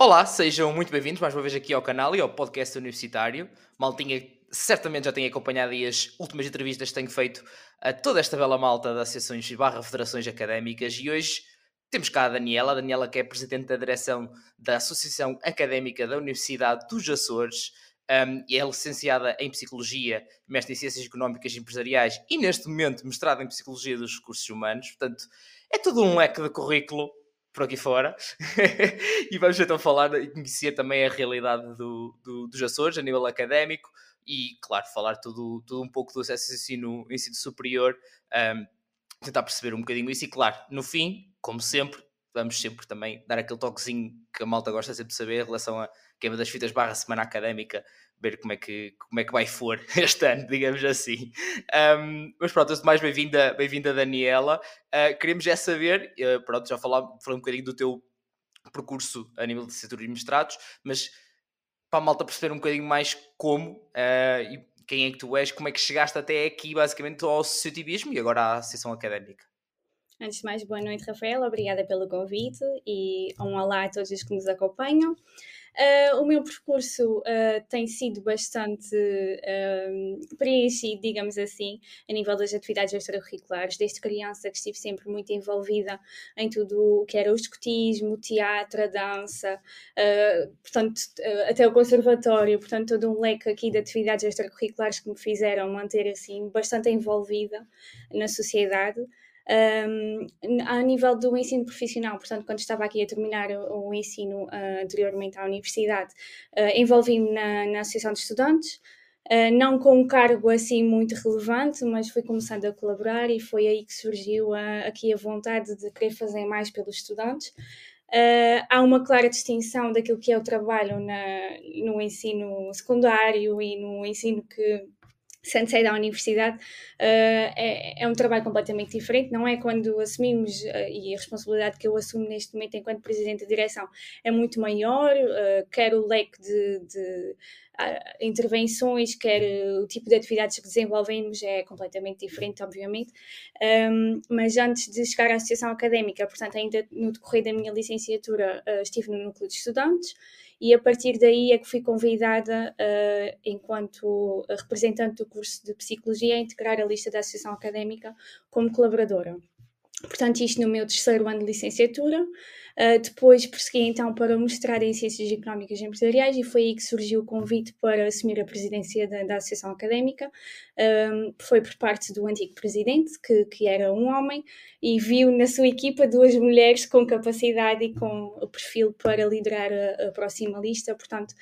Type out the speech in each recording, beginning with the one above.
Olá, sejam muito bem-vindos mais uma vez aqui ao canal e ao podcast universitário. Maltinha, certamente já tenho acompanhado aí as últimas entrevistas que tenho feito a toda esta bela malta de associações e barra federações académicas e hoje temos cá a Daniela que é presidente da direção da Associação Académica da Universidade dos Açores, e é licenciada em Psicologia, mestre em Ciências Económicas e Empresariais e neste momento mestrada em Psicologia dos Recursos Humanos, portanto é todo um leque de currículo por aqui fora. E vamos então falar e conhecer também a realidade dos Açores a nível académico e, claro, falar tudo um pouco do acesso ao ensino superior, um, tentar perceber um bocadinho isso e, claro, no fim, como sempre, vamos sempre também dar aquele toquezinho que a malta gosta sempre de saber em relação a queima das fitas barra semana académica, ver como é que vai for este ano, digamos assim. Mas pronto, antes de mais, bem-vinda Daniela. Queríamos já saber, pronto, já falei um bocadinho do teu percurso a nível de licenciatura e mestrados, mas para a malta perceber um bocadinho mais como e quem é que tu és, como é que chegaste até aqui, basicamente, ao associativismo e agora à associação académica. Antes de mais, boa noite, Rafael. Obrigada pelo convite e um olá a todos os que nos acompanham. O meu percurso tem sido bastante preenchido, digamos assim, a nível das atividades extracurriculares. Desde criança que estive sempre muito envolvida em tudo o que era o escotismo, o teatro, a dança, portanto, até o conservatório, portanto, todo um leque aqui de atividades extracurriculares que me fizeram manter assim bastante envolvida na sociedade. A nível do ensino profissional, portanto, quando estava aqui a terminar o ensino anteriormente à universidade, envolvi-me na Associação de Estudantes, não com um cargo assim muito relevante, mas fui começando a colaborar e foi aí que surgiu aqui a vontade de querer fazer mais pelos estudantes. Há uma clara distinção daquilo que é o trabalho no ensino secundário e no ensino que sensei da universidade, é um trabalho completamente diferente, não é? Quando assumimos, e a responsabilidade que eu assumo neste momento enquanto Presidente da Direção é muito maior, quer o leque de intervenções, quer o tipo de atividades que desenvolvemos é completamente diferente, obviamente, mas antes de chegar à Associação Académica, portanto ainda no decorrer da minha licenciatura estive no Núcleo de Estudantes, e a partir daí é que fui convidada, enquanto representante do curso de Psicologia, a integrar a lista da Associação Académica como colaboradora. Portanto, isto no meu terceiro ano de licenciatura. Depois prossegui então para o mestrado em Ciências Económicas e Empresariais e foi aí que surgiu o convite para assumir a presidência da Associação Académica. Foi por parte do antigo presidente, que era um homem, e viu na sua equipa duas mulheres com capacidade e com o perfil para liderar a próxima lista. Portanto,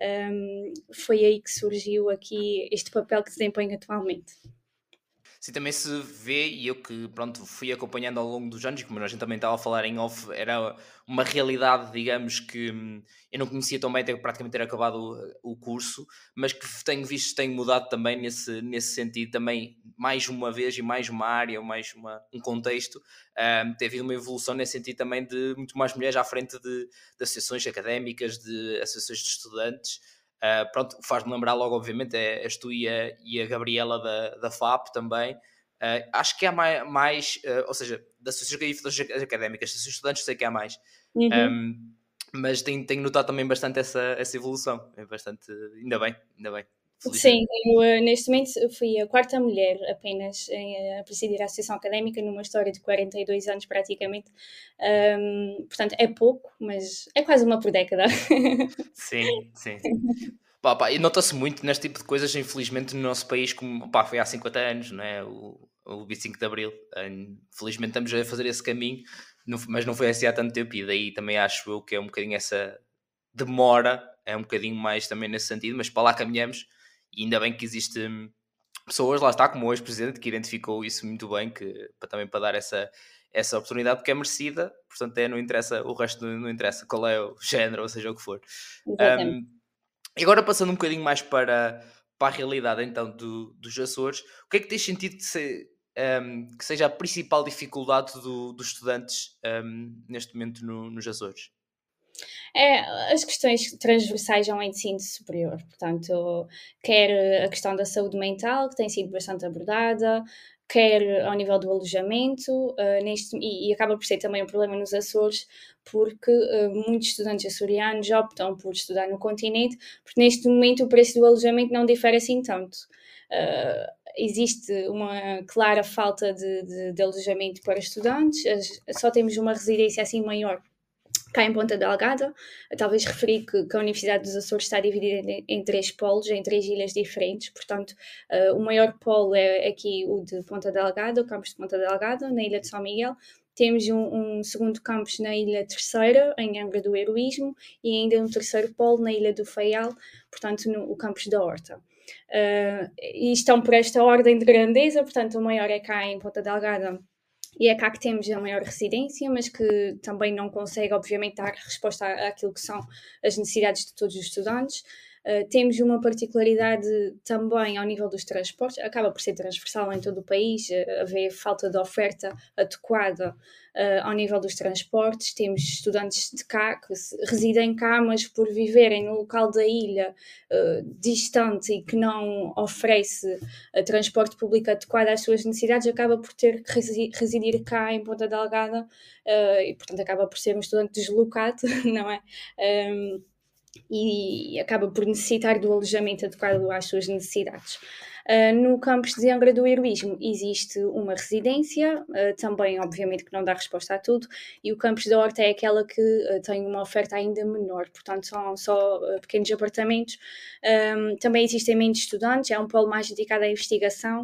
foi aí que surgiu aqui este papel que desempenho atualmente. Sim, também se vê, e eu que pronto, fui acompanhando ao longo dos anos, e como a gente também estava a falar em off, era uma realidade, digamos, que eu não conhecia tão bem até praticamente ter acabado o curso, mas que tenho visto, tenho mudado também nesse sentido, também mais uma vez e mais uma área, um contexto, tem havido uma evolução nesse sentido também de muito mais mulheres à frente de associações académicas, de associações de estudantes. Pronto, faz-me lembrar logo, obviamente, és tu e a Gabriela da FAP também. Acho que há mais ou seja, das associações académicas, das estudantes, sei que há mais. Uhum. Mas tenho notado também bastante essa evolução. É bastante, ainda bem, Sim, felizmente. eu neste momento fui a quarta mulher apenas a presidir a Associação Académica numa história de 42 anos praticamente. Portanto, é pouco, mas é quase uma por década. Sim, sim. Pá, e nota-se muito neste tipo de coisas, infelizmente, no nosso país, como pá, foi há 50 anos, não é? O 25 de Abril. Felizmente estamos a fazer esse caminho, mas não foi assim há tanto tempo, e daí também acho eu que é um bocadinho essa demora, é um bocadinho mais também nesse sentido, mas para lá caminhamos, e ainda bem que existe pessoas, lá está, como o ex-presidente, que identificou isso muito bem, também para dar essa oportunidade, porque é merecida, portanto não interessa, o resto não interessa qual é o género, ou seja o que for. Exatamente. Um, e agora passando um bocadinho mais para a realidade então dos Açores, o que é que tens sentido que seja a principal dificuldade dos estudantes neste momento nos Açores? As questões transversais ao ensino superior, portanto, quer a questão da saúde mental, que tem sido bastante abordada, quer ao nível do alojamento, e acaba por ser também um problema nos Açores, porque muitos estudantes açorianos optam por estudar no continente, porque neste momento o preço do alojamento não difere assim tanto. Existe uma clara falta de alojamento para estudantes, só temos uma residência assim maior cá em Ponta Delgada. Talvez referir que a Universidade dos Açores está dividida em 3 polos, em 3 ilhas diferentes, portanto, o maior polo é aqui o de Ponta Delgada, o campus de Ponta Delgada, na Ilha de São Miguel. Temos um segundo campus na Ilha Terceira, em Angra do Heroísmo, e ainda um terceiro polo na Ilha do Faial, portanto, no campus da Horta. E estão por esta ordem de grandeza, portanto, o maior é cá em Ponta Delgada, e é cá que temos a maior residência, mas que também não consegue, obviamente, dar resposta àquilo que são as necessidades de todos os estudantes. Temos uma particularidade também ao nível dos transportes, acaba por ser transversal em todo o país, haver falta de oferta adequada ao nível dos transportes. Temos estudantes de cá que residem cá, mas por viverem no local da ilha distante e que não oferece transporte público adequado às suas necessidades, acaba por ter que residir cá em Ponta Delgada e, portanto, acaba por ser um estudante deslocado, não é? E acaba por necessitar do alojamento adequado às suas necessidades. No campus de Angra do Heroísmo existe uma residência, também obviamente que não dá resposta a tudo, e o campus da Horta é aquela que tem uma oferta ainda menor, portanto são só pequenos apartamentos. Também existem menos estudantes, é um polo mais dedicado à investigação,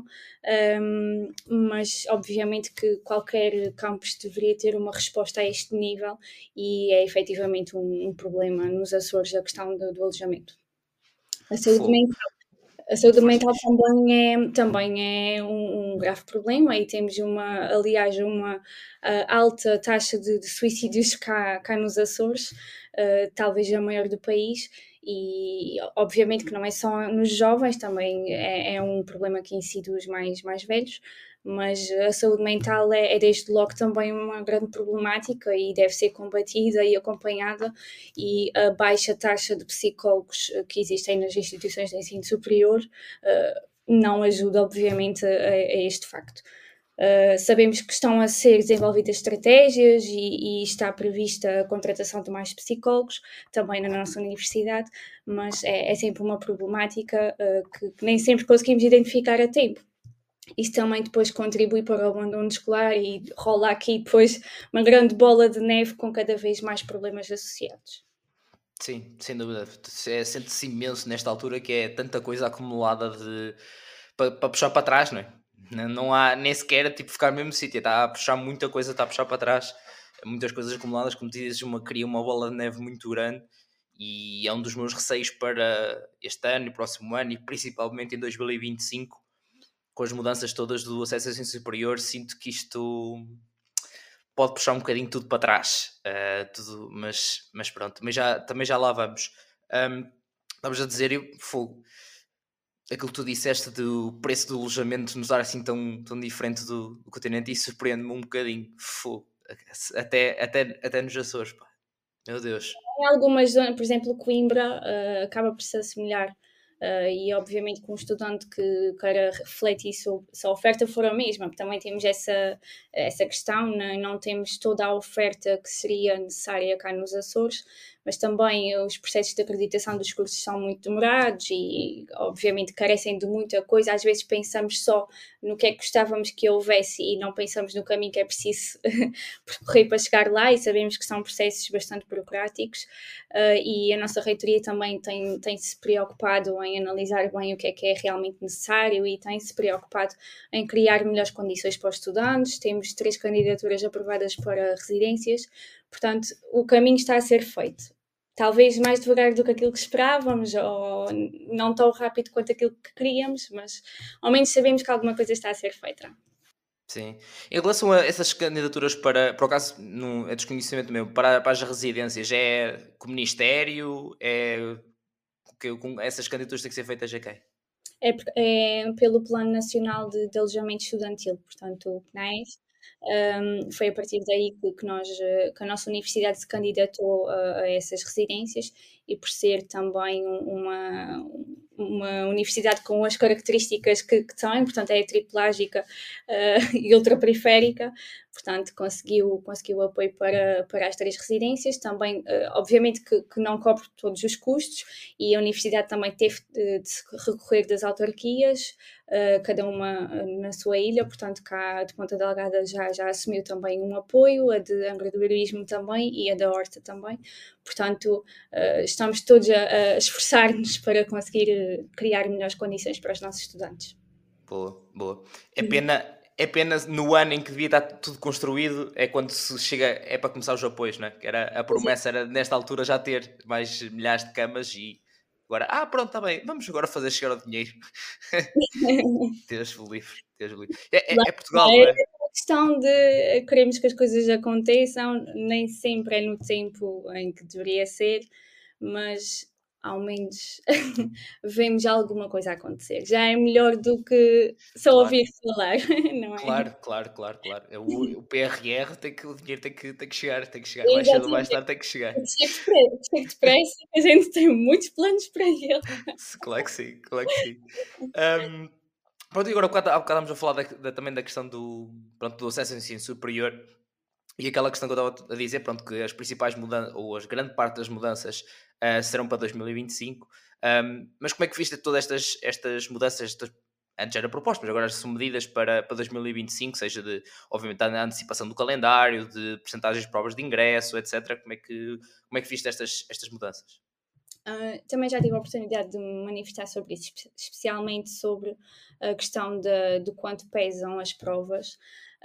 mas obviamente que qualquer campus deveria ter uma resposta a este nível, e é efetivamente um problema nos Açores a questão do alojamento. A saúde Fogo. mental a saúde Força. mental também é um grave problema, e temos aliás, uma alta taxa de suicídios cá nos Açores, talvez a maior do país, e obviamente que não é só nos jovens, também é um problema que incide os mais velhos, mas a saúde mental é desde logo também uma grande problemática e deve ser combatida e acompanhada, e a baixa taxa de psicólogos que existem nas instituições de ensino superior não ajuda, obviamente, a este facto. Sabemos que estão a ser desenvolvidas estratégias e está prevista a contratação de mais psicólogos, também na nossa universidade, mas é sempre uma problemática que nem sempre conseguimos identificar a tempo. Isso também depois contribui para o abandono escolar e rola aqui depois uma grande bola de neve com cada vez mais problemas associados. Sim, sem dúvida. Sente-se imenso nesta altura que é tanta coisa acumulada para puxar para trás, não é? Não há nem sequer tipo ficar no mesmo sítio, está a puxar muita coisa, está a puxar para trás, muitas coisas acumuladas, como tu dizes, cria uma bola de neve muito grande, e é um dos meus receios para este ano e próximo ano, e principalmente em 2025, com as mudanças todas do acesso ao ensino superior. Sinto que isto pode puxar um bocadinho tudo para trás, mas pronto, também já lá vamos. Estamos a dizer, fogo, aquilo que tu disseste do preço do alojamento nos dar assim tão diferente do continente, e surpreende-me um bocadinho, fogo, até nos Açores, pá. Meu Deus. Em algumas zonas, por exemplo, Coimbra, acaba por se assemelhar, e obviamente que um estudante que queira refletir sobre se a oferta for a mesma, porque também temos essa questão, né? Não temos toda a oferta que seria necessária cá nos Açores, mas também os processos de acreditação dos cursos são muito demorados e obviamente carecem de muita coisa. Às vezes pensamos só no que é que gostávamos que houvesse e não pensamos no caminho que é preciso percorrer para chegar lá, e sabemos que são processos bastante burocráticos, e a nossa reitoria também tem-se preocupado em analisar bem o que é realmente necessário, e tem-se preocupado em criar melhores condições para os estudantes. Temos 3 candidaturas aprovadas para residências, portanto o caminho está a ser feito. Talvez mais devagar do que aquilo que esperávamos, ou não tão rápido quanto aquilo que queríamos, mas ao menos sabemos que alguma coisa está a ser feita. Sim. Em relação a essas candidaturas por acaso, não, é desconhecimento meu, para as residências, é com o Ministério, essas candidaturas têm que ser feitas a quem? É pelo Plano Nacional de Alojamento Estudantil, portanto, o PNAES. Foi a partir daí que a nossa universidade se candidatou a essas residências, e por ser também uma universidade com as características que tem, portanto é triplágica e ultraperiférica, portanto conseguiu apoio para as 3 residências, também obviamente que não cobre todos os custos e a universidade também teve de recorrer das autarquias, cada uma na sua ilha, portanto cá de Ponta Delgada já assumiu também um apoio, a de Angra do Heroísmo também e a da Horta também, portanto estamos todos a esforçar-nos para conseguir criar melhores condições para os nossos estudantes. Boa, boa. É pena no ano em que devia estar tudo construído, é quando se chega, é para começar os apoios, não é? Que era, a promessa era nesta altura já ter mais milhares de camas e agora, pronto, está bem, vamos agora fazer chegar o dinheiro. Deus o livre, Deus o livre. É Portugal, não É é? uma questão de queremos que as coisas aconteçam, nem sempre é no tempo em que deveria ser, mas ao menos vemos alguma coisa acontecer. Já é melhor do que só Claro. ouvir falar, não é? Claro, claro, claro, claro. O PRR o dinheiro tem que chegar, mais cedo ou mais Exatamente. tarde tem que chegar. Que chegue depressa, que a gente tem muitos planos para ele. Claro que sim, claro que sim. Ahm, Pronto, e agora há bocado estávamos a falar também da questão pronto, do acesso ao ensino superior e aquela questão que eu estava a dizer, pronto, que as principais mudanças, ou as grande parte das mudanças serão para 2025. Mas como é que viste todas estas mudanças, antes era proposto, mas agora são medidas para 2025, seja de, obviamente, a antecipação do calendário, de percentagens de provas de ingresso, etc. Como é que viste estas mudanças? Também já tive a oportunidade de me manifestar sobre isso, especialmente sobre a questão do quanto pesam as provas.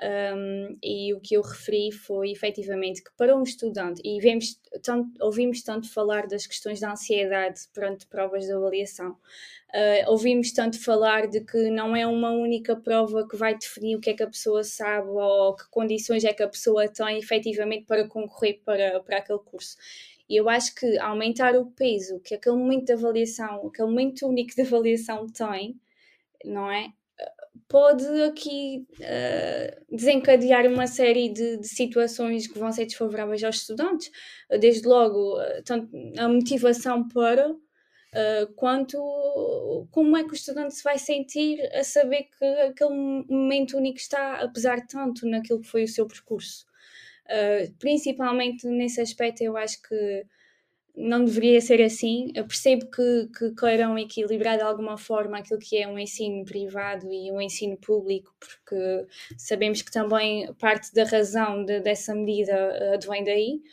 E o que eu referi foi efetivamente que para um estudante, e ouvimos tanto falar das questões da ansiedade perante provas de avaliação, ouvimos tanto falar de que não é uma única prova que vai definir o que é que a pessoa sabe ou que condições é que a pessoa tem efetivamente para concorrer para aquele curso. E eu acho que aumentar o peso que aquele momento de avaliação, aquele momento único de avaliação tem, não é? Pode aqui desencadear uma série de situações que vão ser desfavoráveis aos estudantes, desde logo tanto a motivação para quanto como é que o estudante se vai sentir a saber que aquele momento único está a pesar tanto naquilo que foi o seu percurso. Principalmente nesse aspecto, eu acho que não deveria ser assim. Eu percebo que queiram equilibrar de alguma forma aquilo que é um ensino privado e um ensino público, porque sabemos que também parte da razão dessa medida advém daí,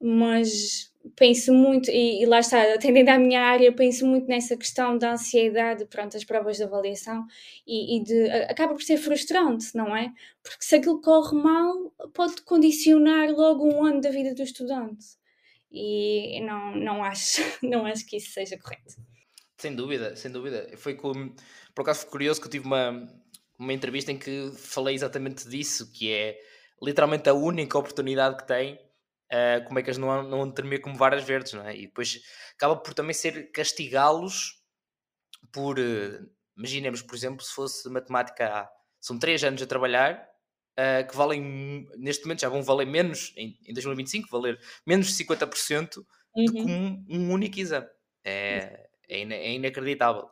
mas penso muito, e lá está, atendendo à minha área, penso muito nessa questão da ansiedade perante as provas de avaliação acaba por ser frustrante, não é? Porque se aquilo corre mal, pode condicionar logo um ano da vida do estudante e não acho, não acho que isso seja correto. Sem dúvida, sem dúvida. Por acaso foi curioso que eu tive uma entrevista em que falei exatamente disso, que é literalmente a única oportunidade que tem, como é que eles não vão tremer como varas verdes, não é? E depois acaba por também ser castigá-los por, imaginemos, por exemplo, se fosse matemática A, são 3 anos a trabalhar, que valem, neste momento já vão valer menos, em 2025, valer menos de 50% do que Uhum. um único exame. É inacreditável.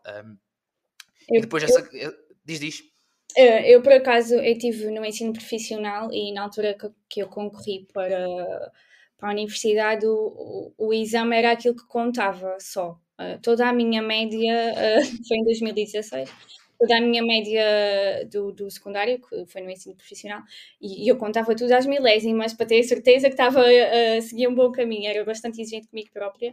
E Eu, depois eu, diz. eu, por acaso, eu estive no ensino profissional e na altura que eu concorri para a universidade, o exame era aquilo que contava só. Toda a minha média, foi em 2016, toda a minha média do secundário, que foi no ensino profissional, e eu contava tudo às milésimas para ter certeza que estava a seguir um bom caminho. Era bastante exigente comigo própria.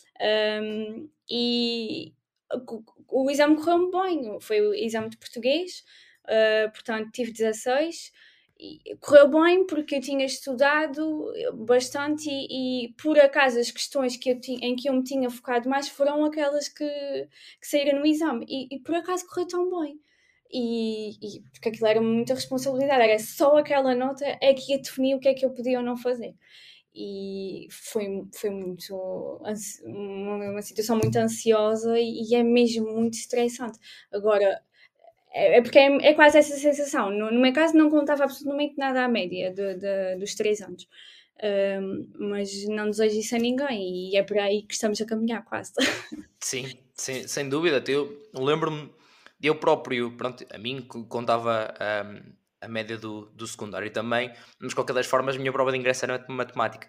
E o exame correu-me bem, foi o exame de português, portanto tive 16 e correu bem porque eu tinha estudado bastante e por acaso as questões em que eu me tinha focado mais foram aquelas que saíram no exame e por acaso correu tão bem. E porque aquilo era muita responsabilidade, era só aquela nota é que ia definir o que é que eu podia ou não fazer e foi muito uma situação muito ansiosa e é mesmo muito estressante. Agora, é porque é quase essa sensação. No meu caso, não contava absolutamente nada à média dos 3 anos. mas não desejo isso a ninguém e é por aí que estamos a caminhar quase. Sim, sem dúvida. Eu lembro-me de eu próprio, pronto, a mim contava a média do secundário também, mas de qualquer das formas a minha prova de ingresso era matemática.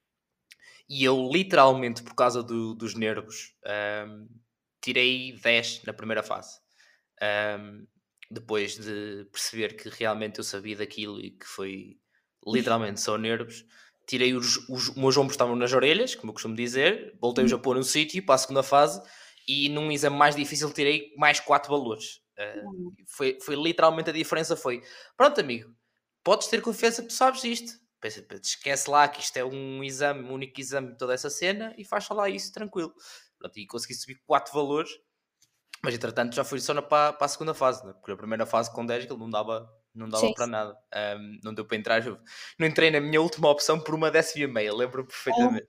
E eu literalmente, por causa dos nervos, tirei 10 na primeira fase. Ahm, Depois de perceber que realmente eu sabia daquilo e que foi literalmente só nervos, tirei os meus ombros estavam nas orelhas, como eu costumo dizer, voltei-os a pôr no sítio para a segunda fase e num exame mais difícil tirei mais 4 valores. Foi literalmente a diferença foi, pronto amigo, podes ter confiança que tu sabes isto. Esquece lá que isto é um exame, um único exame de toda essa cena e faz só lá isso tranquilo. Pronto, e consegui subir 4 valores, mas entretanto já fui só para a segunda fase, né? Porque a primeira fase com 10 ele não dava Sim, para nada. Não deu para entrar. Eu não entrei na minha última opção por uma 10ª meia, lembro-me perfeitamente.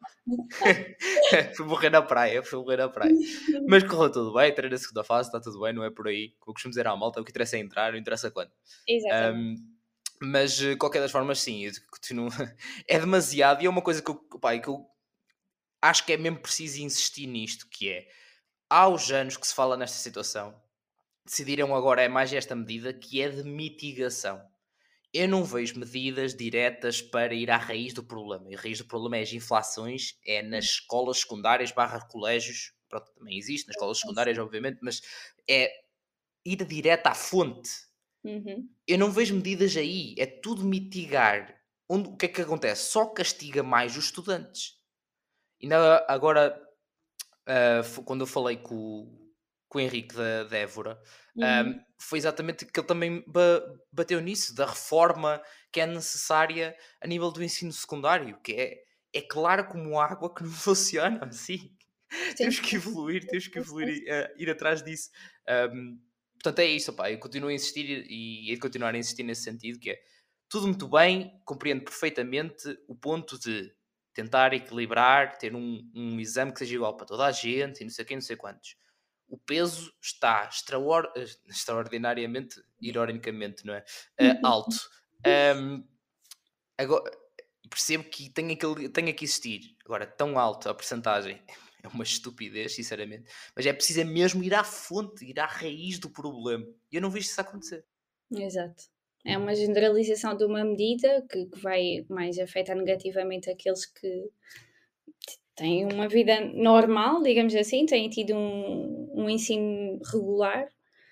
Fui morrer na praia, fui morrer na praia. Mas correu tudo bem, entrei na segunda fase, está tudo bem, não é por aí. Como eu costumo dizer à malta, o que interessa é entrar, não interessa quando. exatamente. Mas qualquer das formas, sim, eu continuo. É demasiado e é uma coisa que eu acho que é mesmo preciso insistir nisto, que é, há os anos que se fala nesta situação, decidiram agora é mais esta medida que é de mitigação. Eu não vejo medidas diretas para ir à raiz do problema. E a raiz do problema é as inflações, é nas escolas secundárias barra colégios, pronto, também existe nas escolas secundárias, obviamente, mas é ir direto à fonte. Uhum. Eu não vejo medidas aí, é tudo mitigar. O que é que acontece? Só castiga mais os estudantes. Ainda agora, quando eu falei com o Henrique da Évora, Uhum. foi exatamente que ele também bateu nisso, da reforma que é necessária a nível do ensino secundário, que é claro como água que não funciona assim. Sim, Temos que sim, evoluir sim. e ir atrás disso. Um, Portanto, é isso, opá, eu continuo a insistir e hei de continuar a insistir nesse sentido, que é tudo muito bem, compreendo perfeitamente o ponto de tentar equilibrar, ter um exame que seja igual para toda a gente e não sei quem, não sei quantos. O peso está extraordinariamente, ironicamente, não é? Alto. Um, Agora, percebo que tenha que existir. Agora, tão alto a percentagem é uma estupidez, sinceramente. Mas é preciso mesmo ir à fonte, ir à raiz do problema. E eu não vejo isso acontecer. Exato. É uma generalização de uma medida que vai mais afetar negativamente aqueles que têm uma vida normal, digamos assim, têm tido um ensino regular,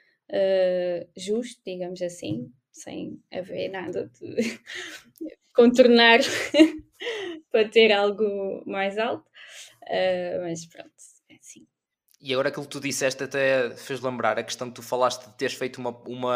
justo, digamos assim, sem haver nada de contornar para ter algo mais alto. Mas pronto, é assim. E agora aquilo que tu disseste até fez lembrar a questão que tu falaste de teres feito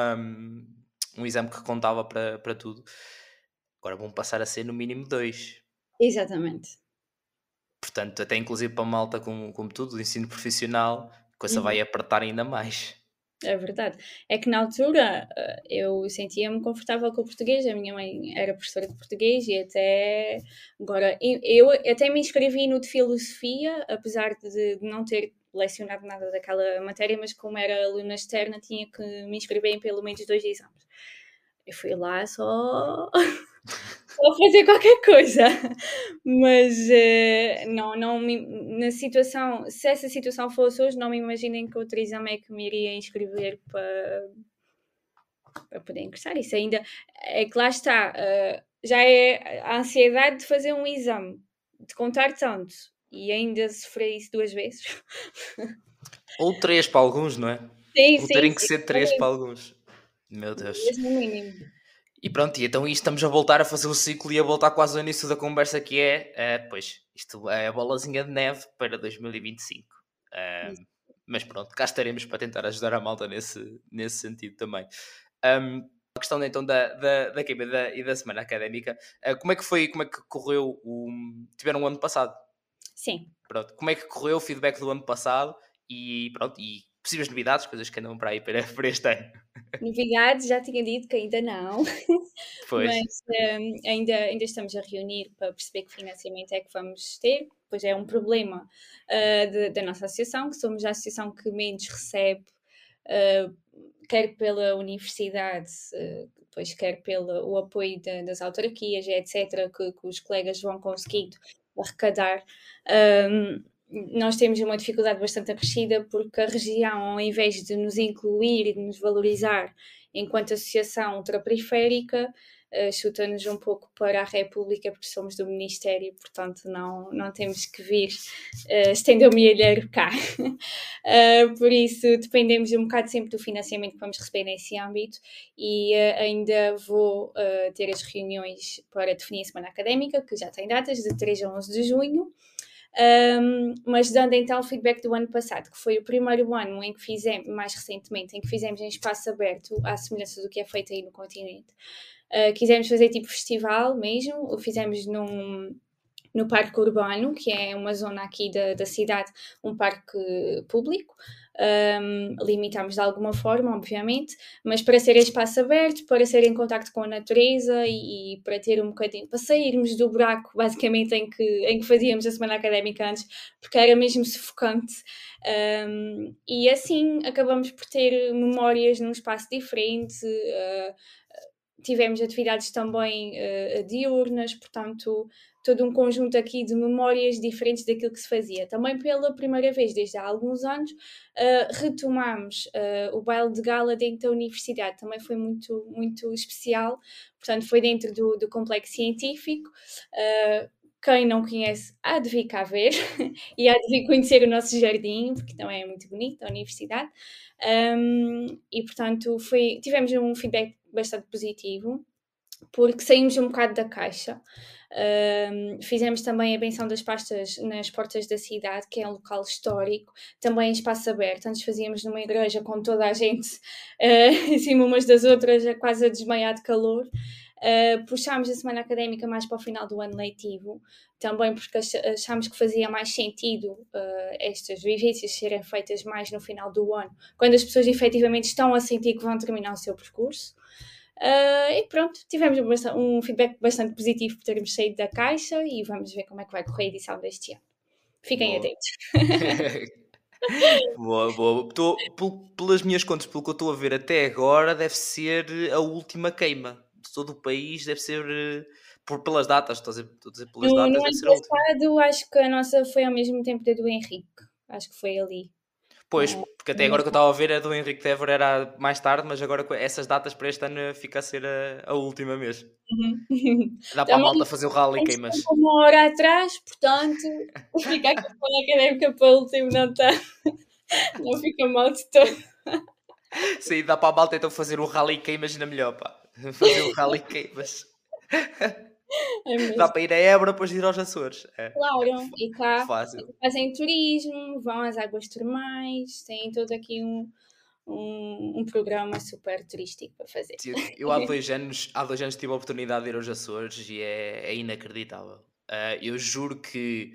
um exame que contava para tudo. Agora vão passar a ser no mínimo dois. Exatamente. Portanto, até inclusive para a malta como tudo, do ensino profissional, a coisa vai Uhum. apertar ainda mais. É verdade. É que na altura, eu sentia-me confortável com o português, a minha mãe era professora de português e até agora eu até me inscrevi no de filosofia, apesar de não ter lecionado nada daquela matéria, mas como era aluna externa tinha que me inscrever em pelo menos 2 exames. Eu fui lá só Vou fazer qualquer coisa, mas não na situação, se essa situação fosse hoje, não me imaginem que outro exame é que me iria inscrever para poder ingressar. Isso ainda é que lá está, já é a ansiedade de fazer um exame, de contar tanto e ainda sofrer isso 2 vezes. Ou três para alguns, não é? Sim, Ou sim, terem que sim, ser três para alguns. Meu Deus. mesmo no mínimo. E pronto, e então isto estamos a voltar a fazer o ciclo e a voltar quase ao início da conversa que pois, isto é a bolazinha de neve para 2025. Eh, mas pronto, cá estaremos para tentar ajudar a malta nesse sentido também. A questão então da queima e da semana académica, como é que correu tiveram o ano passado? Sim. Pronto, como é que correu o feedback do ano passado e pronto, e possíveis novidades, coisas que andam para aí para este ano. Novidades, já tinha dito que ainda não, Pois. mas ainda estamos a reunir para perceber que financiamento é que vamos ter, pois é um problema da nossa associação, que somos a associação que menos recebe, ah, quer pela universidade, depois quer pelo o apoio das autarquias, etc., que os colegas vão conseguindo arrecadar, hum, nós temos uma dificuldade bastante acrescida, porque a região, ao invés de nos incluir e de nos valorizar enquanto associação ultraperiférica, chuta-nos um pouco para a República, porque somos do Ministério, portanto não temos que vir estender o milheiro cá. Por isso dependemos um bocado sempre do financiamento que vamos receber nesse âmbito, e ainda vou ter as reuniões para definir a semana académica, que já tem datas, de 3 a 11 de junho. Mas dando então o feedback do ano passado, que foi o primeiro ano em que fizemos, mais recentemente, em que fizemos em espaço aberto, à semelhança do que é feito aí no continente. Quisemos fazer tipo festival mesmo, o fizemos no Parque Urbano, que é uma zona aqui da cidade, um parque público. Limitámos de alguma forma, obviamente, mas para ser espaço aberto, para ser em contacto com a natureza e para ter um bocadinho, para sairmos do buraco, basicamente, em que fazíamos a semana académica antes, porque era mesmo sufocante. E assim acabamos por ter memórias num espaço diferente. Tivemos atividades também diurnas, portanto, todo um conjunto aqui de memórias diferentes daquilo que se fazia. Também pela primeira vez, desde há alguns anos, retomámos o baile de gala dentro da universidade. Também foi muito, muito especial, portanto, foi dentro do complexo científico. Quem não conhece, há de vir cá ver e há de vir conhecer o nosso jardim, porque também é muito bonito, a universidade. E, portanto, tivemos um feedback bastante positivo, porque saímos um bocado da caixa. Fizemos também a benção das pastas nas portas da cidade, que é um local histórico, também em espaço aberto. Antes fazíamos numa igreja com toda a gente em cima umas das outras, quase a desmaiar de calor. Puxámos a semana académica mais para o final do ano letivo, também porque achámos que fazia mais sentido estas vivências serem feitas mais no final do ano, quando as pessoas efetivamente estão a sentir que vão terminar o seu percurso. E pronto, tivemos um feedback bastante positivo por termos saído da caixa, e vamos ver como é que vai correr a edição deste ano. Fiquem Boa. atentos. Boa, boa. Pelas minhas contas, pelo que eu estou a ver até agora, deve ser a última queima de todo o país. Deve ser pelas datas, estou a dizer pelas No datas, deve ano ser a última. passado, acho que a nossa foi ao mesmo tempo da do Henrique. Acho que foi ali. Pois, porque até No agora que eu mesmo estava a ver a do Henrique Tever era mais tarde, mas agora com essas datas para este ano fica a ser a última mesmo. Uhum. Dá para a Também malta fazer o rally estamos queimas. sempre uma hora atrás, portanto, fica aqui para a académica para o último, não fica mal de todo. Sim, dá para a malta então fazer o rally queimas na melhor, pá. Fazer o rally queimas. É Dá mesmo. para ir a Évora, depois ir aos Açores. É. Claro, e cá Fácil. fazem turismo, vão às águas termais, têm todo aqui um programa super turístico para fazer. Eu há 2 anos tive a oportunidade de ir aos Açores e é inacreditável. Eu juro que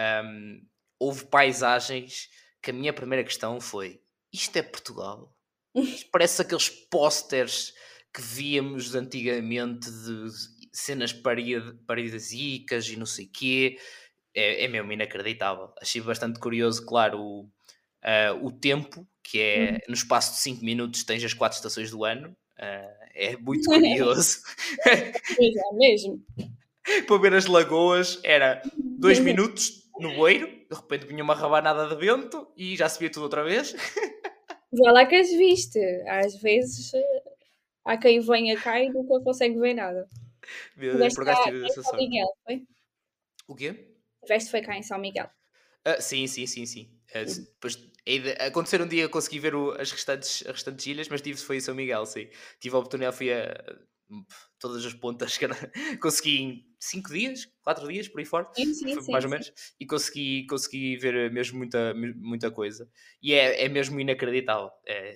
houve paisagens que a minha primeira questão foi: isto é Portugal? Isto parece aqueles pósteres que víamos antigamente de cenas paradisíacas e não sei quê. É mesmo inacreditável. Achei bastante curioso, claro, o tempo, que é no espaço de 5 minutos tens as 4 estações do ano. É muito curioso. Pois é, mesmo. Para ver as lagoas era 2 minutos no bueiro, de repente vinha uma rabanada de vento e já se via tudo outra vez. Vá lá que as viste. Às vezes há quem venha cá e nunca consegue ver nada. Por Tiveste cá acaso tive em essa São sorte. Miguel, foi? O quê? Tiveste foi cá em São Miguel. Sim, sim, sim, sim. Uhum. Depois, aconteceram um dia eu consegui ver as restantes ilhas, mas tive foi em São Miguel, sim. Tive a oportunidade, fui a todas as pontas consegui em 5 dias, 4 dias, por aí fora, Sim, sim, foi sim, mais ou sim. menos, e consegui ver mesmo muita coisa. E é mesmo inacreditável.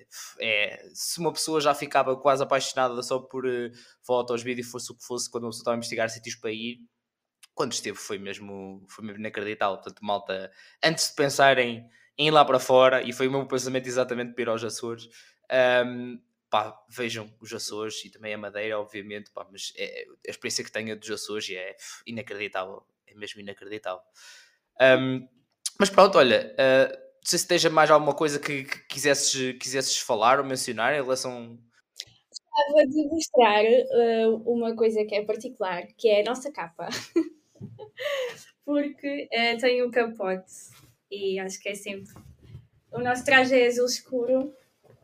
Se uma pessoa já ficava quase apaixonada só por fotos, vídeos, fosse o que fosse, quando uma pessoa estava a investigar sítios para ir, quando esteve foi mesmo inacreditável. Portanto, malta, antes de pensarem em ir lá para fora, e foi o meu pensamento exatamente para ir aos Açores, pá, vejam os Açores e também a Madeira, obviamente, pá, mas a experiência que tenho dos Açores é inacreditável, é mesmo inacreditável. Mas pronto, olha, sei se esteja mais alguma coisa que quisesses falar ou mencionar em relação. Gostava de mostrar uma coisa que é particular, que é a nossa capa, porque tem um capote e acho que é sempre. O nosso traje é azul escuro.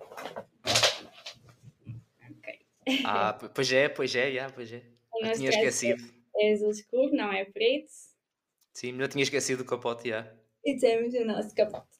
Ok. Pois é, já, pois é. O Eu nosso tinha traje esquecido. é azul escuro, não é preto. Sim, já tinha esquecido do capote, já. E temos o nosso capote.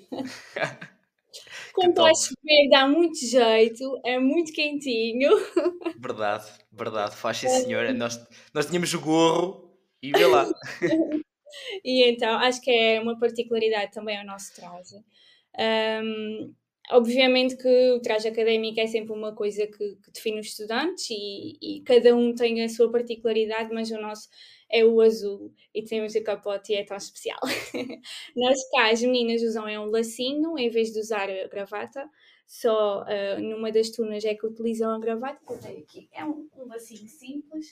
Que Quando está a top. chover, dá muito jeito, é muito quentinho. Verdade, verdade, faz sim senhor. Nós tínhamos o gorro e vê lá. E então acho que é uma particularidade também ao nosso traje. Um, Obviamente que o traje académico é sempre uma coisa que define os estudantes e cada um tem a sua particularidade, mas o nosso é o azul e temos o capote e é tão especial. Nós cá as meninas usam é um lacinho em vez de usar a gravata, só numa das turmas é que utilizam a gravata, que eu tenho aqui. É um lacinho simples.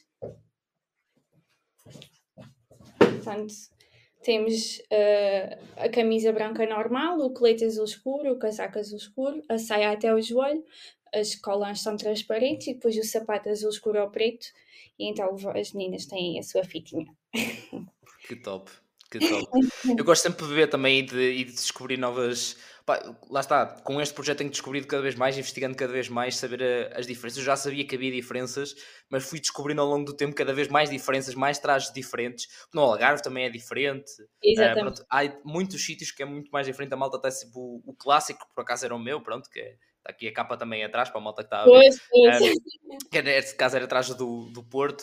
Portanto, temos a camisa branca normal, o colete azul escuro, o casaco azul escuro, a saia até o joelho, as colãs são transparentes e depois o sapato azul escuro ao preto. E então as meninas têm a sua fitinha. Que top, que top. Eu gosto sempre de ver também e de descobrir novas. Pá, lá está, com este projeto tenho descobrido cada vez mais, investigando cada vez mais, saber as diferenças. Eu já sabia que havia diferenças, mas fui descobrindo ao longo do tempo cada vez mais diferenças, mais trajes diferentes. No Algarve também é diferente. Exatamente. Pronto, há muitos sítios que é muito mais diferente. A malta até tipo, o clássico, que por acaso era o meu, pronto, que está aqui a capa também atrás para a malta que está a ver. Pois, pois. Que neste caso era atrás do Porto,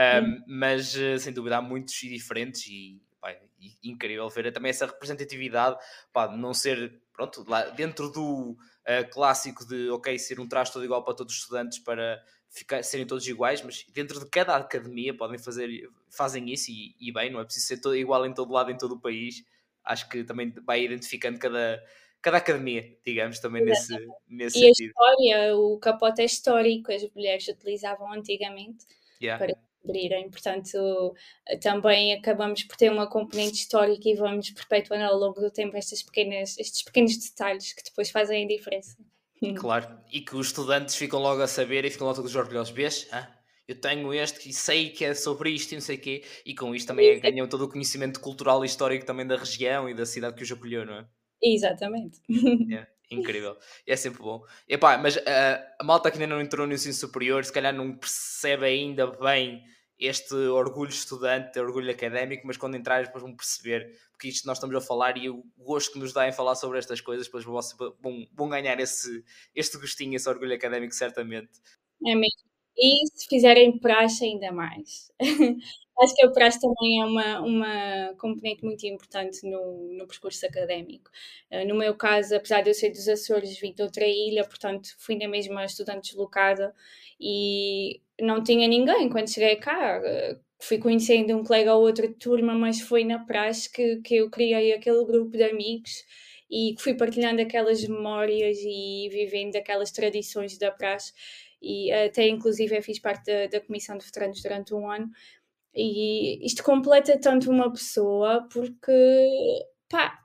mas sem dúvida há muitos e diferentes e, pá, incrível ver também essa representatividade, pá, de não ser, pronto, lá dentro do clássico de, ok, ser um traje todo igual para todos os estudantes para serem todos iguais, mas dentro de cada academia fazem isso e bem, não é preciso ser todo igual em todo lado, em todo o país. Acho que também vai identificando cada academia, digamos, também nesse E a sentido. história, o capote é histórico, as mulheres utilizavam antigamente Yeah. para cobrirem, portanto, também acabamos por ter uma componente histórica e vamos perpetuando ao longo do tempo estes pequenos detalhes que depois fazem a diferença. Claro, e que os estudantes ficam logo a saber e ficam logo todos orgulhosos. Vês? Eu tenho este e sei que é sobre isto e não sei o quê. E com isto também ganham todo o conhecimento cultural e histórico também da região e da cidade que os acolheu, não é? Exatamente. É, incrível. É sempre bom. Epá, mas a malta que ainda não entrou no ensino superior, se calhar não percebe ainda bem este orgulho estudante, orgulho académico, mas quando entrarem depois vão perceber, porque isto nós estamos a falar e o gosto que nos dá em falar sobre estas coisas, depois vão ganhar este gostinho, esse orgulho académico, certamente. É mesmo. E se fizerem praxe, ainda mais. Acho que a praxe também é uma componente muito importante no percurso académico. No meu caso, apesar de eu ser dos Açores, vim de outra ilha, portanto, fui na mesma estudante deslocada e não tinha ninguém quando cheguei cá. Fui conhecendo um colega ou outro de turma, mas foi na praxe que eu criei aquele grupo de amigos e que fui partilhando aquelas memórias e vivendo aquelas tradições da praxe e até inclusive eu fiz parte da comissão de veteranos durante um ano e isto completa tanto uma pessoa porque pá,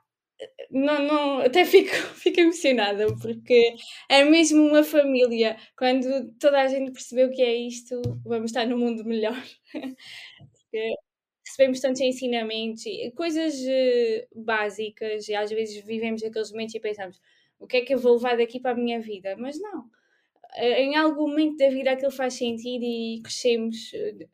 não, até fico emocionada porque é mesmo uma família. Quando toda a gente percebeu que é isto, vamos estar num mundo melhor. Porque recebemos tantos ensinamentos e coisas básicas e às vezes vivemos aqueles momentos e pensamos o que é que eu vou levar daqui para a minha vida? Mas não, em algum momento da vida aquilo faz sentido e crescemos.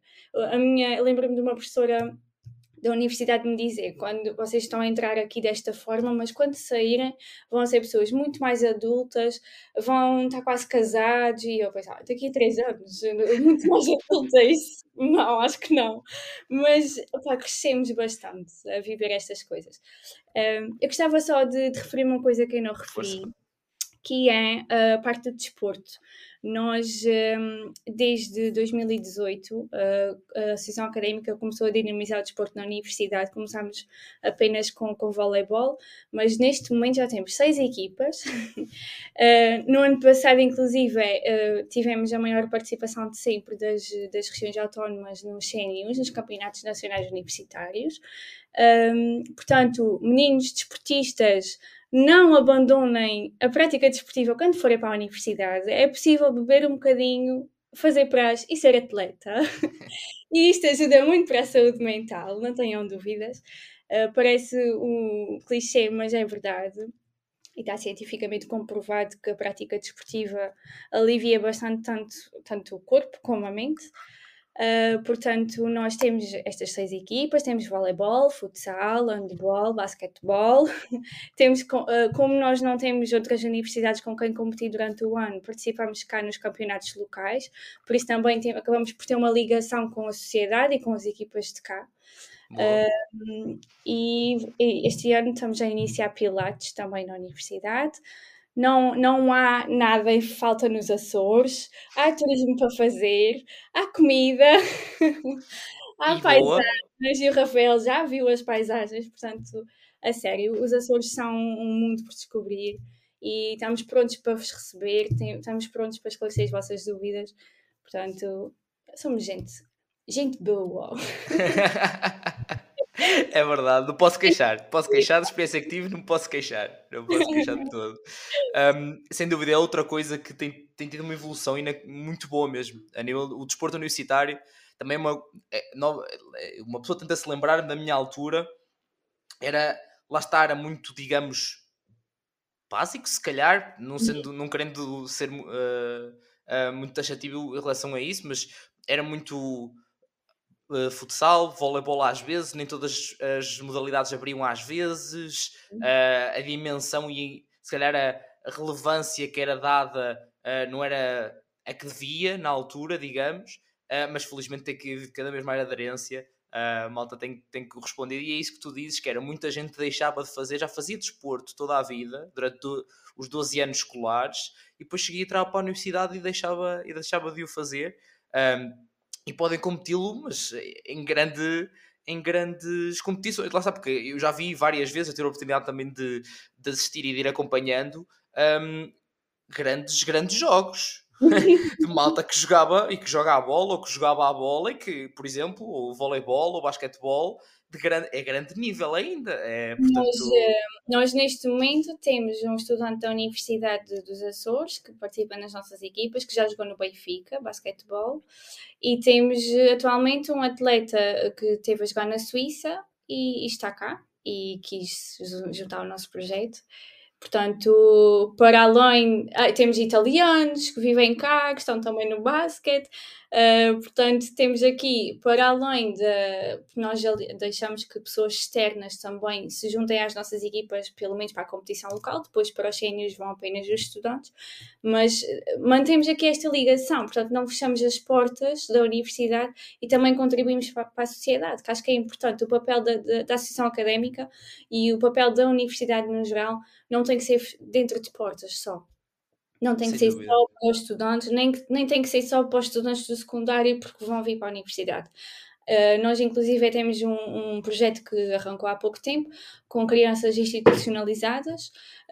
Eu lembro-me de uma professora da universidade me dizer, quando vocês estão a entrar aqui desta forma, mas quando saírem vão ser pessoas muito mais adultas, vão estar quase casados, e eu pensava, daqui a 3 anos, muito mais adulta, isso? Não, acho que não. Mas, opá, crescemos bastante a viver estas coisas. Eu gostava só de referir uma coisa que eu não referi, Força. que é a parte do desporto. Nós, desde 2018, a Associação Académica começou a dinamizar o desporto na universidade. Começámos apenas com voleibol, mas neste momento já temos 6 equipas. No ano passado, inclusive, tivemos a maior participação de sempre das regiões autónomas nos CNUs, nos Campeonatos Nacionais Universitários. Portanto, meninos desportistas não abandonem a prática desportiva quando forem para a universidade. É possível beber um bocadinho, fazer praxe e ser atleta. E isto ajuda muito para a saúde mental, não tenham dúvidas. Parece um clichê, mas é verdade. E está cientificamente comprovado que a prática desportiva alivia bastante tanto o corpo como a mente. Portanto, nós temos estas 6 equipas, temos voleibol, futsal, handball, basquetebol. Temos, como nós não temos outras universidades com quem competir durante o ano, participamos cá nos campeonatos locais, por isso também acabamos por ter uma ligação com a sociedade e com as equipas de cá. E este ano estamos a iniciar Pilates também na universidade. Não há nada em falta nos Açores, há turismo para fazer, há comida, há E boa. paisagens, e o Rafael já viu as paisagens, portanto, a sério, os Açores são um mundo por descobrir e estamos prontos para vos receber, estamos prontos para esclarecer as vossas dúvidas, portanto, somos gente boa. É verdade, não posso queixar. Posso queixar da experiência que tive, não posso queixar. Não posso queixar de todo. Sem dúvida, é outra coisa que tem tido uma evolução muito boa mesmo. A nível o desporto universitário, também uma pessoa tenta se lembrar da minha altura, lá está, era muito, digamos, básico, se calhar, não querendo ser muito taxativo em relação a isso, mas era muito futsal, voleibol às vezes, nem todas as modalidades abriam às vezes, a dimensão e se calhar a relevância que era dada não era a que devia na altura, digamos, mas felizmente tem que haver cada vez mais aderência. A malta tem que corresponder, e é isso que tu dizes, que era muita gente deixava de fazer, já fazia desporto toda a vida, durante os 12 anos escolares, e depois seguia a entrar para a universidade e deixava de o fazer. E podem competi-lo, mas em grandes competições. Lá está, porque eu já vi várias vezes, eu ter a oportunidade também de assistir e de ir acompanhando grandes jogos de malta que jogava e que joga a bola, ou que jogava a bola, e que, por exemplo, o voleibol ou basquetebol é grande nível ainda. Portanto, Nós neste momento temos um estudante da Universidade dos Açores que participa nas nossas equipas, que já jogou no Benfica, basquetebol, e temos atualmente um atleta que esteve a jogar na Suíça e está cá e quis juntar ao nosso projeto. Portanto, para além, temos italianos que vivem cá, que estão também no basquete. Portanto, temos aqui, para além de nós deixamos que pessoas externas também se juntem às nossas equipas, pelo menos para a competição local, depois para os séniores vão apenas os estudantes, mas mantemos aqui esta ligação, portanto, não fechamos as portas da universidade e também contribuímos para a sociedade, que acho que é importante o papel da associação académica e o papel da universidade no geral. Não tem que ser dentro de portas só. Não tem que sem ser dúvida. só para os estudantes, nem tem que ser só para os estudantes do secundário porque vão vir para a universidade. Nós, inclusive, temos um projeto que arrancou há pouco tempo com crianças institucionalizadas,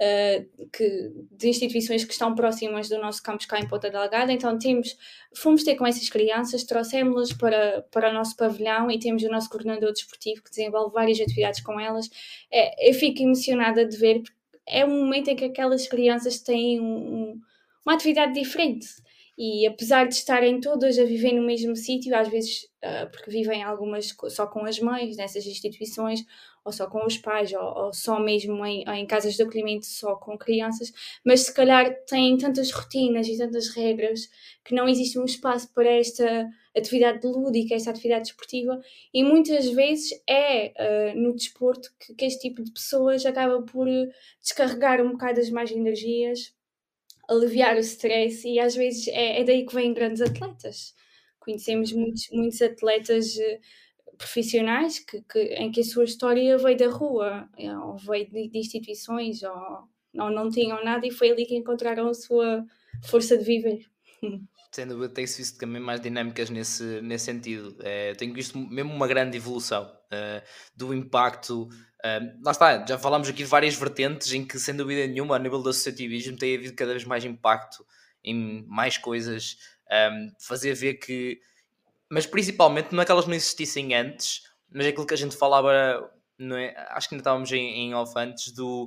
de instituições que estão próximas do nosso campus cá em Ponta Delgada. Então, fomos ter com essas crianças, trouxemos-las para o nosso pavilhão e temos o nosso coordenador desportivo que desenvolve várias atividades com elas. Eu fico emocionada de ver, porque é um momento em que aquelas crianças têm uma atividade diferente. E apesar de estarem todas a viver no mesmo sítio, às vezes porque vivem algumas só com as mães nessas instituições, ou só com os pais, ou só mesmo em casas de acolhimento só com crianças, mas se calhar têm tantas rotinas e tantas regras que não existe um espaço para esta atividade lúdica, esta atividade desportiva, e muitas vezes no desporto que este tipo de pessoas acaba por descarregar um bocado as más energias, aliviar o stress, e às vezes é daí que vêm grandes atletas. Conhecemos muitos atletas profissionais em que a sua história veio da rua, ou veio de instituições, ou não tinham nada e foi ali que encontraram a sua força de viver. Sem dúvida, tem-se visto também mais dinâmicas nesse sentido. Tenho visto mesmo uma grande evolução do impacto. Lá está, já falámos aqui de várias vertentes em que, sem dúvida nenhuma, a nível do associativismo, tem havido cada vez mais impacto em mais coisas, fazer ver que, mas principalmente não é que elas não existissem antes, mas é aquilo que a gente falava, não é? Acho que ainda estávamos em off antes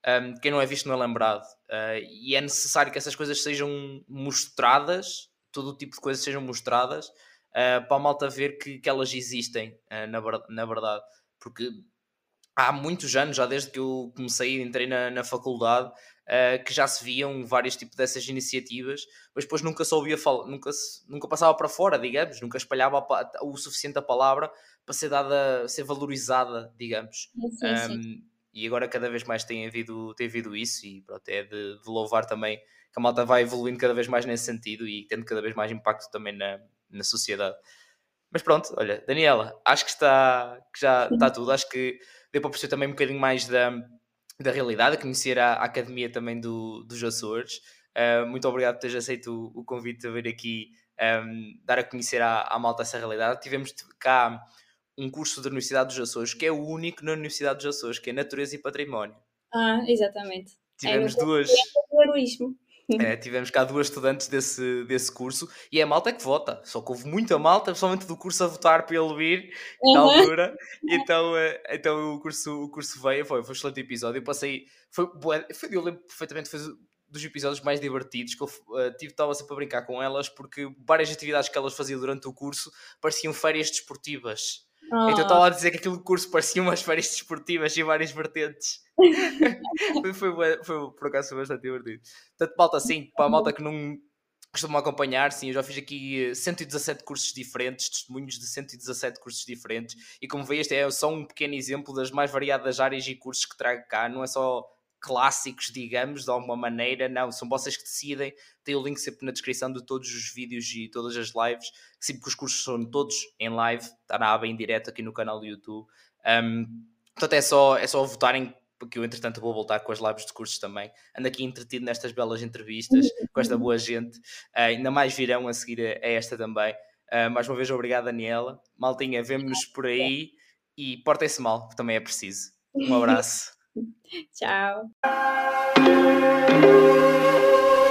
quem não é visto não é lembrado. E é necessário que essas coisas sejam mostradas, todo o tipo de coisas sejam mostradas, para a malta ver que elas existem, na verdade. Porque há muitos anos, já desde que eu comecei e entrei na faculdade, que já se viam vários tipos dessas iniciativas, mas depois nunca se ouvia falar, nunca passava para fora, digamos, nunca espalhava o suficiente a palavra para ser dada, ser valorizada, digamos. Sim, sim. E agora cada vez mais tem havido isso, e pronto, é de louvar também que a malta vai evoluindo cada vez mais nesse sentido e tendo cada vez mais impacto também na sociedade. Mas pronto, olha, Daniela, acho que já está tudo. Acho que deu para perceber também um bocadinho mais da realidade, a conhecer a academia também dos Açores. Muito obrigado por teres aceito o convite de vir aqui, dar a conhecer à malta essa realidade. Tivemos cá um curso da Universidade dos Açores, que é o único na Universidade dos Açores, que é Natureza e Património. Exatamente. É no Tivemos curso duas, de empreendedorismo. tivemos cá duas estudantes desse curso e é a malta que vota. Só que houve muita malta, pessoalmente do curso, a votar para ele vir na Aham. altura. Então o curso veio, foi um excelente episódio. Eu passei, eu lembro perfeitamente, foi dos episódios mais divertidos que eu estava sempre a brincar com elas porque várias atividades que elas faziam durante o curso pareciam férias desportivas. Então eu Ah. estava a dizer que aquele curso parecia umas férias desportivas e várias vertentes. Por acaso foi bastante divertido. Portanto, malta, assim, para a malta que não costuma acompanhar, sim, eu já fiz aqui 117 cursos diferentes, testemunhos de 117 cursos diferentes, e como veio, este é só um pequeno exemplo das mais variadas áreas e cursos que trago cá, não é só clássicos, digamos, de alguma maneira, não, são vocês que decidem, tem o link sempre na descrição de todos os vídeos e todas as lives, sempre que os cursos são todos em live, está na aba em direto aqui no canal do YouTube. Portanto, é só votarem, porque eu entretanto vou voltar com as lives de cursos também. Ando aqui entretido nestas belas entrevistas, com esta boa gente. Ainda mais virão a seguir a esta também. Mais uma vez, obrigado, Daniela. Maltinha, vemo-nos por aí e portem-se mal, que também é preciso. Um abraço. Tchau.